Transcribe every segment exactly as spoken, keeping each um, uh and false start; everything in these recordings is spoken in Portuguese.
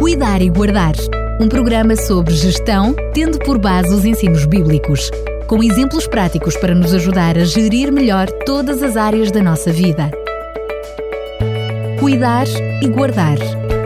Cuidar e Guardar, um programa sobre gestão, tendo por base os ensinos bíblicos, com exemplos práticos para nos ajudar a gerir melhor todas as áreas da nossa vida. Cuidar e Guardar.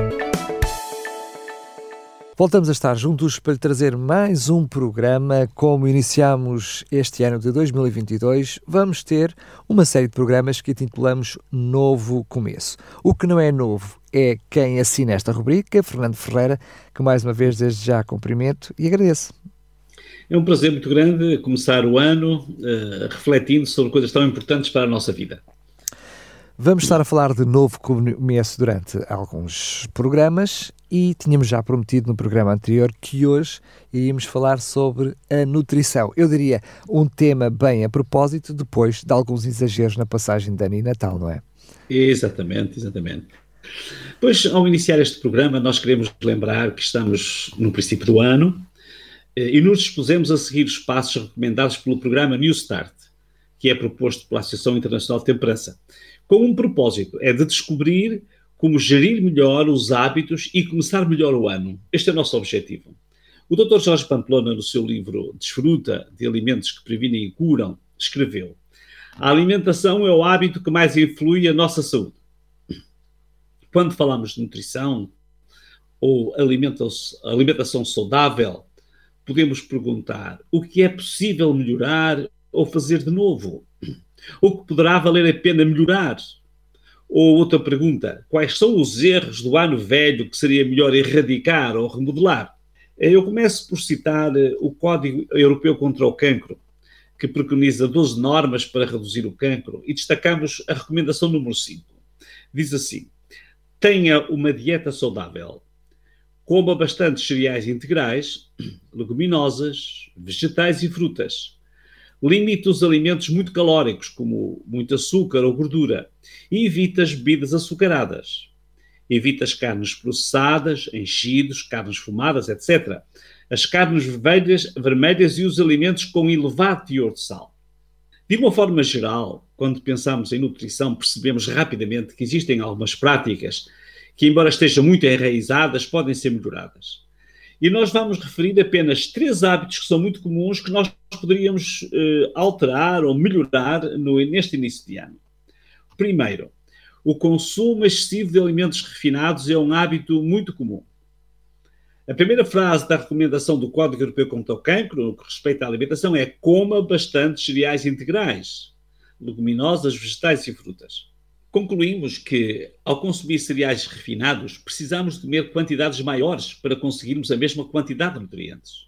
Voltamos a estar juntos para lhe trazer mais um programa. Como iniciamos este ano de dois mil e vinte e dois, vamos ter uma série de programas que intitulamos Novo Começo. O que não é novo é quem assina esta rubrica, Fernando Ferreira, que mais uma vez desde já cumprimento e agradeço. É um prazer muito grande começar o ano uh, refletindo sobre coisas tão importantes para a nossa vida. Vamos estar a falar de novo começo durante alguns programas e tínhamos já prometido no programa anterior que hoje iríamos falar sobre a nutrição. Eu diria um tema bem a propósito depois de alguns exageros na passagem de ano e Natal, não é? Exatamente, exatamente. Pois, ao iniciar este programa, nós queremos lembrar que estamos no princípio do ano e nos dispusemos a seguir os passos recomendados pelo programa New Start, que é proposto pela Associação Internacional de Temperança, com um propósito, é de descobrir como gerir melhor os hábitos e começar melhor o ano. Este é o nosso objetivo. O doutor Jorge Pamplona, no seu livro Desfruta de Alimentos que Previnem e Curam, escreveu: a alimentação é o hábito que mais influi a nossa saúde. Quando falamos de nutrição ou alimentação saudável, podemos perguntar o que é possível melhorar ou fazer de novo? O que poderá valer a pena melhorar? Ou outra pergunta, quais são os erros do ano velho que seria melhor erradicar ou remodelar? Eu começo por citar o Código Europeu contra o Cancro, que preconiza doze normas para reduzir o cancro, e destacamos a recomendação número cinco. Diz assim: tenha uma dieta saudável, coma bastantes cereais integrais, leguminosas, vegetais e frutas. Limite os alimentos muito calóricos, como muito açúcar ou gordura, e evite as bebidas açucaradas. Evite as carnes processadas, enchidos, carnes fumadas, etcétera. As carnes vermelhas, vermelhas e os alimentos com elevado teor de sal. De uma forma geral, quando pensamos em nutrição, percebemos rapidamente que existem algumas práticas que, embora estejam muito enraizadas, podem ser melhoradas. E nós vamos referir apenas três hábitos que são muito comuns que nós poderíamos eh, alterar ou melhorar no, neste início de ano. Primeiro, o consumo excessivo de alimentos refinados é um hábito muito comum. A primeira frase da recomendação do Código Europeu contra o Cancro, no que respeita à alimentação, é: coma bastante cereais integrais, leguminosas, vegetais e frutas. Concluímos que, ao consumir cereais refinados, precisamos de comer quantidades maiores para conseguirmos a mesma quantidade de nutrientes.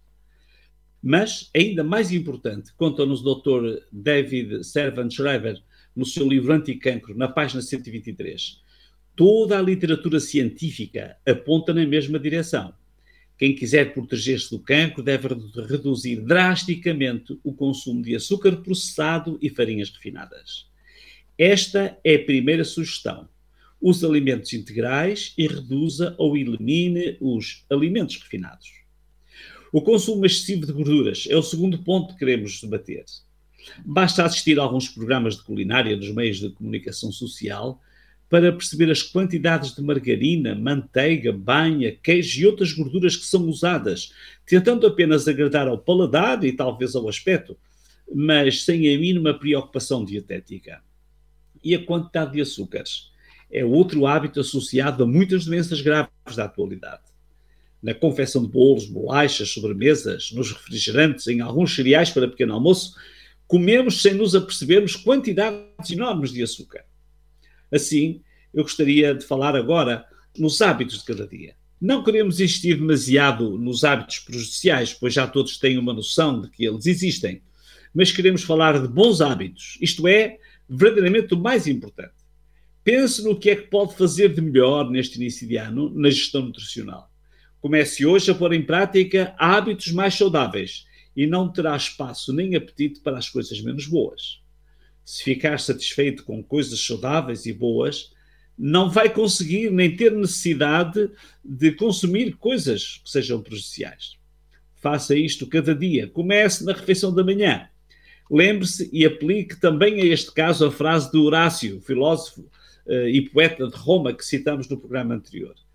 Mas, ainda mais importante, conta-nos o doutor David Servan-Schreiber no seu livro Anticancro, na página cento e vinte e três, toda a literatura científica aponta na mesma direção. Quem quiser proteger-se do cancro deve reduzir drasticamente o consumo de açúcar processado e farinhas refinadas. Esta é a primeira sugestão. Use alimentos integrais e reduza ou elimine os alimentos refinados. O consumo excessivo de gorduras é o segundo ponto que queremos debater. Basta assistir a alguns programas de culinária nos meios de comunicação social para perceber as quantidades de margarina, manteiga, banha, queijo e outras gorduras que são usadas, tentando apenas agradar ao paladar e talvez ao aspecto, mas sem a mínima preocupação dietética. E a quantidade de açúcares é outro hábito associado a muitas doenças graves da atualidade. Na confecção de bolos, bolachas, sobremesas, nos refrigerantes, em alguns cereais para pequeno almoço, comemos sem nos apercebermos quantidades enormes de açúcar. Assim, eu gostaria de falar agora nos hábitos de cada dia. Não queremos insistir demasiado nos hábitos prejudiciais, pois já todos têm uma noção de que eles existem, mas queremos falar de bons hábitos, isto é, verdadeiramente o mais importante. Pense no que é que pode fazer de melhor neste início de ano na gestão nutricional. Comece hoje a pôr em prática hábitos mais saudáveis e não terá espaço nem apetite para as coisas menos boas. Se ficar satisfeito com coisas saudáveis e boas, não vai conseguir nem ter necessidade de consumir coisas que sejam prejudiciais. Faça isto cada dia. Comece na refeição da manhã. Lembre-se e aplique também a este caso a frase de Horácio, filósofo uh, e poeta de Roma, que citamos no programa anterior.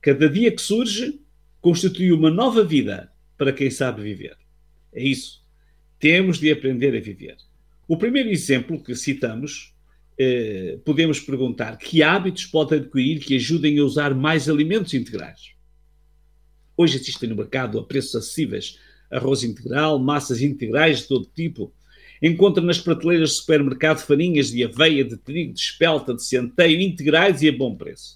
Cada dia que surge constitui uma nova vida para quem sabe viver. É isso. Temos de aprender a viver. O primeiro exemplo que citamos, eh, podemos perguntar que hábitos pode adquirir que ajudem a usar mais alimentos integrais? Hoje existem no mercado a preços acessíveis arroz integral, massas integrais de todo tipo. Encontra nas prateleiras do supermercado farinhas de aveia, de trigo, de espelta, de centeio, integrais e a bom preço.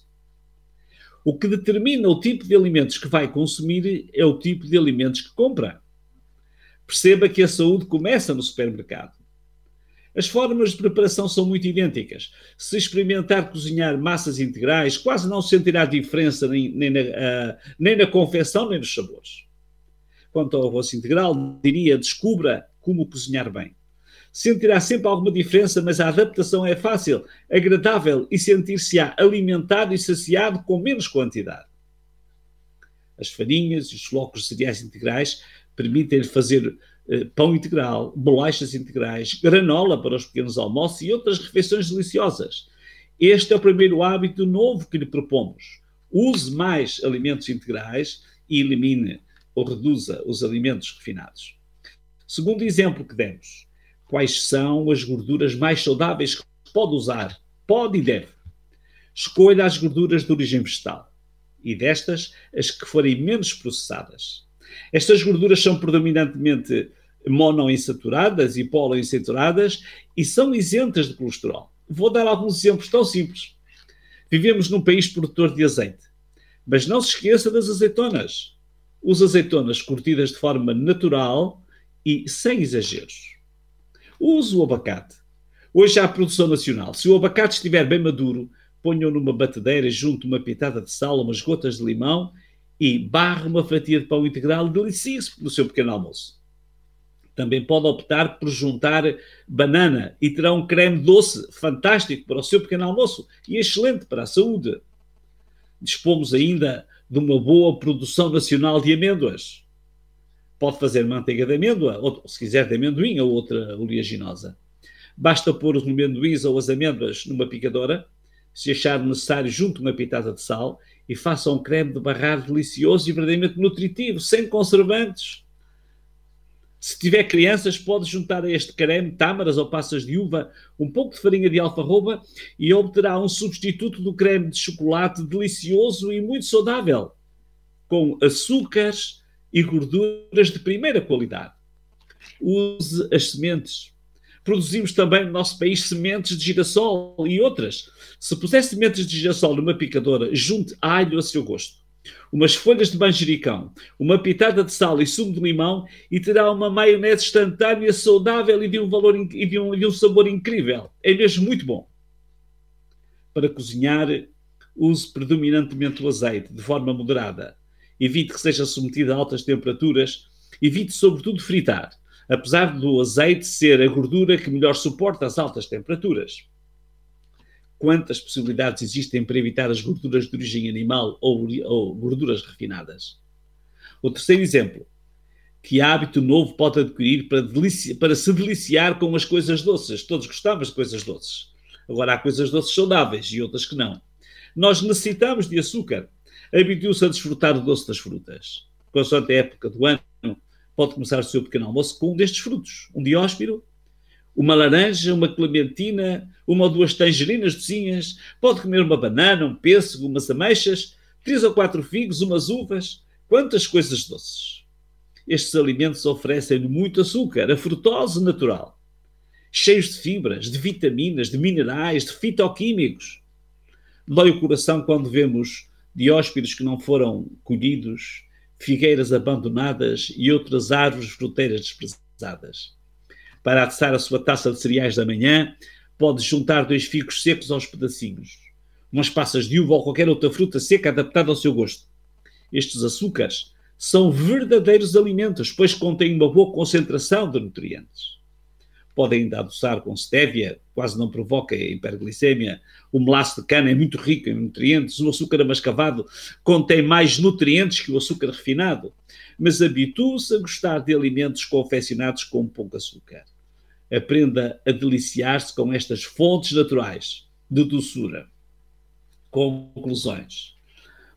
O que determina o tipo de alimentos que vai consumir é o tipo de alimentos que compra. Perceba que a saúde começa no supermercado. As formas de preparação são muito idênticas. Se experimentar cozinhar massas integrais, quase não sentirá diferença nem, nem, na, uh, nem na confecção, nem nos sabores. Quanto ao arroz integral, diria, descubra como cozinhar bem. Sentirá sempre alguma diferença, mas a adaptação é fácil, agradável e sentir-se-á alimentado e saciado com menos quantidade. As farinhas e os flocos de cereais integrais permitem-lhe fazer eh, pão integral, bolachas integrais, granola para os pequenos almoços e outras refeições deliciosas. Este é o primeiro hábito novo que lhe propomos. Use mais alimentos integrais e elimine ou reduza os alimentos refinados. Segundo exemplo que demos, quais são as gorduras mais saudáveis que pode usar? Pode e deve. Escolha as gorduras de origem vegetal e destas, as que forem menos processadas. Estas gorduras são predominantemente monoinsaturadas e poliinsaturadas e são isentas de colesterol. Vou dar alguns exemplos tão simples. Vivemos num país produtor de azeite, mas não se esqueça das azeitonas. Use azeitonas curtidas de forma natural e sem exageros. Use o abacate. Hoje há produção nacional. Se o abacate estiver bem maduro, ponha-o numa batedeira junto uma pitada de sal, umas gotas de limão e barre uma fatia de pão integral delicioso no seu pequeno almoço. Também pode optar por juntar banana e terá um creme doce fantástico para o seu pequeno almoço e excelente para a saúde. Dispomos ainda de uma boa produção nacional de amêndoas. Pode fazer manteiga de amêndoa, ou se quiser de amendoim ou outra oleaginosa. Basta pôr os amendoins ou as amêndoas numa picadora, se achar necessário junto uma pitada de sal e faça um creme de barrar delicioso e verdadeiramente nutritivo, sem conservantes. Se tiver crianças, pode juntar a este creme tâmaras ou passas de uva, um pouco de farinha de alfarroba e obterá um substituto do creme de chocolate delicioso e muito saudável, com açúcares e gorduras de primeira qualidade. Use as sementes. Produzimos também no nosso país sementes de girassol e outras. Se puser sementes de girassol numa picadora, junte alho a seu gosto, umas folhas de manjericão, uma pitada de sal e sumo de limão e terá uma maionese instantânea, saudável e de um valor e de um, de um sabor incrível. É mesmo muito bom. Para cozinhar, use predominantemente o azeite de forma moderada. Evite que seja submetido a altas temperaturas. Evite, sobretudo, fritar, apesar do azeite ser a gordura que melhor suporta as altas temperaturas. Quantas possibilidades existem para evitar as gorduras de origem animal ou, ou gorduras refinadas? O terceiro exemplo. Que hábito novo pode adquirir para, delici- para se deliciar com as coisas doces? Todos gostamos de coisas doces. Agora, há coisas doces saudáveis e outras que não. Nós necessitamos de açúcar. Habitue-se a desfrutar o doce das frutas. Consoante a época do ano, pode começar o seu pequeno almoço com um destes frutos. Um dióspiro, uma laranja, uma clementina, uma ou duas tangerinas docinhas. Pode comer uma banana, um pêssego, umas ameixas, três ou quatro figos, umas uvas. Quantas coisas doces! Estes alimentos oferecem-lhe muito açúcar, a frutose natural, cheios de fibras, de vitaminas, de minerais, de fitoquímicos. Dói o coração quando vemos dióspiros que não foram colhidos, figueiras abandonadas e outras árvores fruteiras desprezadas. Para adoçar a sua taça de cereais da manhã, pode juntar dois figos secos aos pedacinhos, umas passas de uva ou qualquer outra fruta seca adaptada ao seu gosto. Estes açúcares são verdadeiros alimentos, pois contêm uma boa concentração de nutrientes. Podem ainda adoçar com stevia, quase não provoca hiperglicemia. O melaço de cana é muito rico em nutrientes. O açúcar amascavado contém mais nutrientes que o açúcar refinado. Mas habitue-se a gostar de alimentos confeccionados com pouco açúcar. Aprenda a deliciar-se com estas fontes naturais de doçura. Conclusões.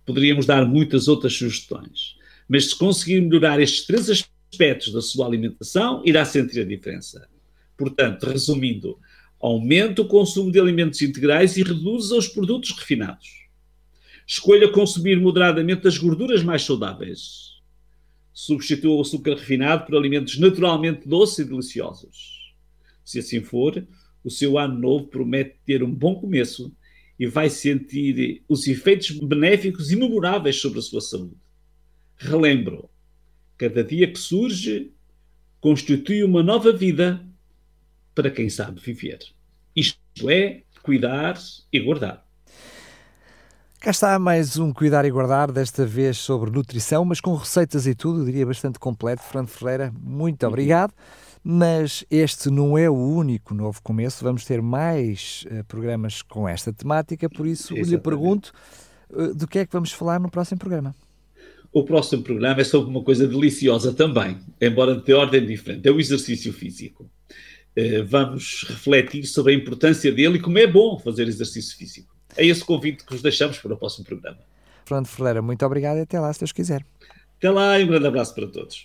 Poderíamos dar muitas outras sugestões, mas se conseguir melhorar estes três aspectos da sua alimentação, irá sentir a diferença. Portanto, resumindo, aumente o consumo de alimentos integrais e reduza os produtos refinados. Escolha consumir moderadamente as gorduras mais saudáveis. Substitua o açúcar refinado por alimentos naturalmente doces e deliciosos. Se assim for, o seu ano novo promete ter um bom começo e vai sentir os efeitos benéficos e memoráveis sobre a sua saúde. Relembro, cada dia que surge constitui uma nova vida para quem sabe viver. Isto é, cuidar e guardar. Cá está mais um Cuidar e Guardar, desta vez sobre nutrição, mas com receitas e tudo, eu diria bastante completo. Fernando Ferreira, muito obrigado. Mas este não é o único novo começo, vamos ter mais uh, programas com esta temática, por isso Exatamente. lhe pergunto uh, do que é que vamos falar no próximo programa. O próximo programa é sobre uma coisa deliciosa também, embora de ordem diferente, é o exercício físico. Uh, vamos refletir sobre a importância dele e como é bom fazer exercício físico. É esse convite que vos deixamos para o próximo programa. Fernando Ferreira, muito obrigado e até lá, se Deus quiser. Até lá e um grande abraço para todos.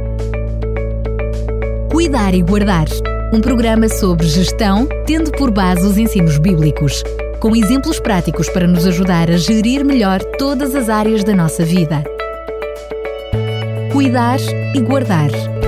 Cuidar e Guardar, um programa sobre gestão, tendo por base os ensinos bíblicos, com exemplos práticos para nos ajudar a gerir melhor todas as áreas da nossa vida. Cuidar e Guardar.